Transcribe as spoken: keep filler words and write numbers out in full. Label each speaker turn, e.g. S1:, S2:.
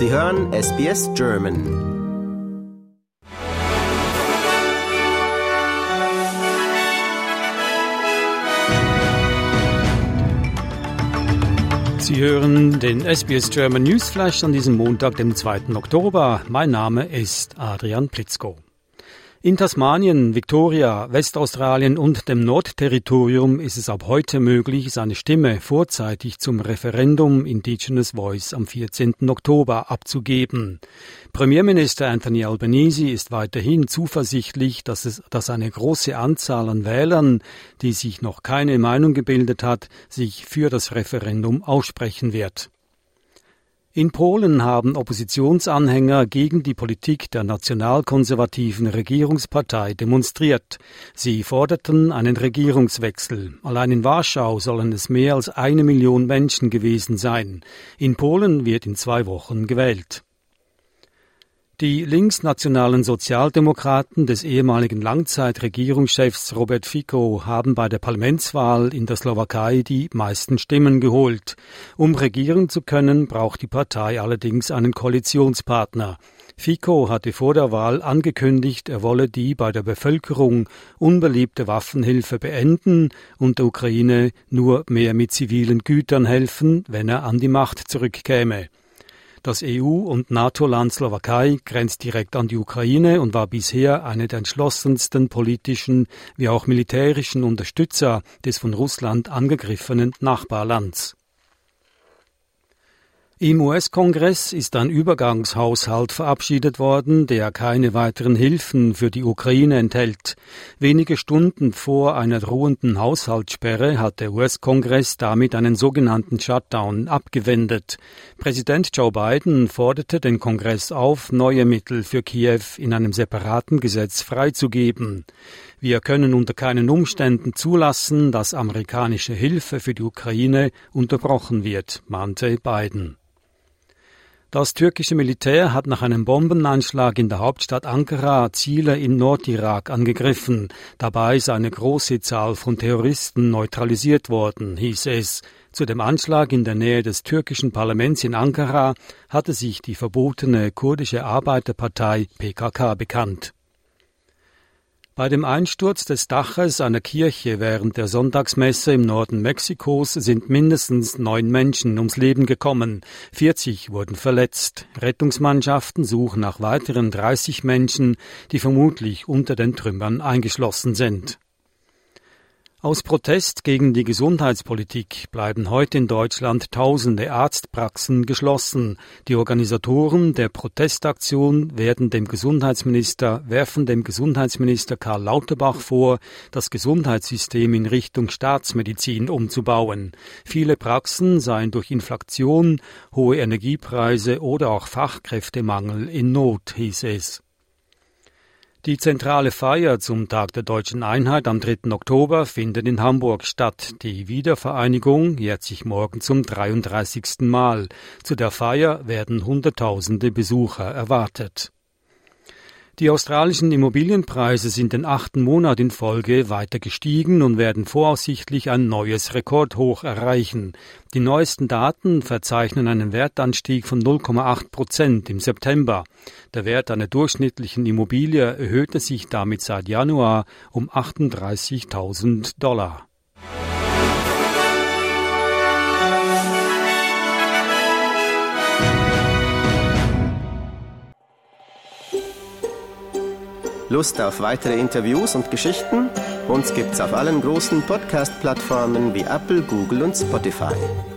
S1: Sie hören S B S German.
S2: Sie hören den S B S German Newsflash an diesem Montag, dem zweiten Oktober. Mein Name ist Adrian Plitzko. In Tasmanien, Victoria, Westaustralien und dem Nordterritorium ist es ab heute möglich, seine Stimme vorzeitig zum Referendum Indigenous Voice am vierzehnten Oktober abzugeben. Premierminister Anthony Albanese ist weiterhin zuversichtlich, dass es, dass eine große Anzahl an Wählern, die sich noch keine Meinung gebildet hat, sich für das Referendum aussprechen wird. In Polen haben Oppositionsanhänger gegen die Politik der nationalkonservativen Regierungspartei demonstriert. Sie forderten einen Regierungswechsel. Allein in Warschau sollen es mehr als eine Million Menschen gewesen sein. In Polen wird in zwei Wochen gewählt. Die linksnationalen Sozialdemokraten des ehemaligen Langzeitregierungschefs Robert Fico haben bei der Parlamentswahl in der Slowakei die meisten Stimmen geholt. Um regieren zu können, braucht die Partei allerdings einen Koalitionspartner. Fico hatte vor der Wahl angekündigt, er wolle die bei der Bevölkerung unbeliebte Waffenhilfe beenden und der Ukraine nur mehr mit zivilen Gütern helfen, wenn er an die Macht zurückkäme. Das E U- und NATO-Land Slowakei grenzt direkt an die Ukraine und war bisher eine der entschlossensten politischen wie auch militärischen Unterstützer des von Russland angegriffenen Nachbarlands. Im U S-Kongress ist ein Übergangshaushalt verabschiedet worden, der keine weiteren Hilfen für die Ukraine enthält. Wenige Stunden vor einer drohenden Haushaltssperre hat der U S-Kongress damit einen sogenannten Shutdown abgewendet. Präsident Joe Biden forderte den Kongress auf, neue Mittel für Kiew in einem separaten Gesetz freizugeben. Wir können unter keinen Umständen zulassen, dass amerikanische Hilfe für die Ukraine unterbrochen wird, mahnte Biden. Das türkische Militär hat nach einem Bombenanschlag in der Hauptstadt Ankara Ziele im Nordirak angegriffen. Dabei sei eine große Zahl von Terroristen neutralisiert worden, hieß es. Zu dem Anschlag in der Nähe des türkischen Parlaments in Ankara hatte sich die verbotene kurdische Arbeiterpartei P K K bekannt. Bei dem Einsturz des Daches einer Kirche während der Sonntagsmesse im Norden Mexikos sind mindestens neun Menschen ums Leben gekommen. vierzig wurden verletzt. Rettungsmannschaften suchen nach weiteren dreißig Menschen, die vermutlich unter den Trümmern eingeschlossen sind. Aus Protest gegen die Gesundheitspolitik bleiben heute in Deutschland tausende Arztpraxen geschlossen. Die Organisatoren der Protestaktion werden dem Gesundheitsminister, werfen dem Gesundheitsminister Karl Lauterbach vor, das Gesundheitssystem in Richtung Staatsmedizin umzubauen. Viele Praxen seien durch Inflation, hohe Energiepreise oder auch Fachkräftemangel in Not, hieß es. Die zentrale Feier zum Tag der Deutschen Einheit am dritten Oktober findet in Hamburg statt. Die Wiedervereinigung jährt sich morgen zum dreiunddreißigsten Mal. Zu der Feier werden Hunderttausende Besucher erwartet. Die australischen Immobilienpreise sind den achten Monat in Folge weiter gestiegen und werden voraussichtlich ein neues Rekordhoch erreichen. Die neuesten Daten verzeichnen einen Wertanstieg von null Komma acht Prozent im September. Der Wert einer durchschnittlichen Immobilie erhöhte sich damit seit Januar um achtunddreißigtausend Dollar.
S1: Lust auf weitere Interviews und Geschichten? Uns gibt's auf allen großen Podcast-Plattformen wie Apple, Google und Spotify.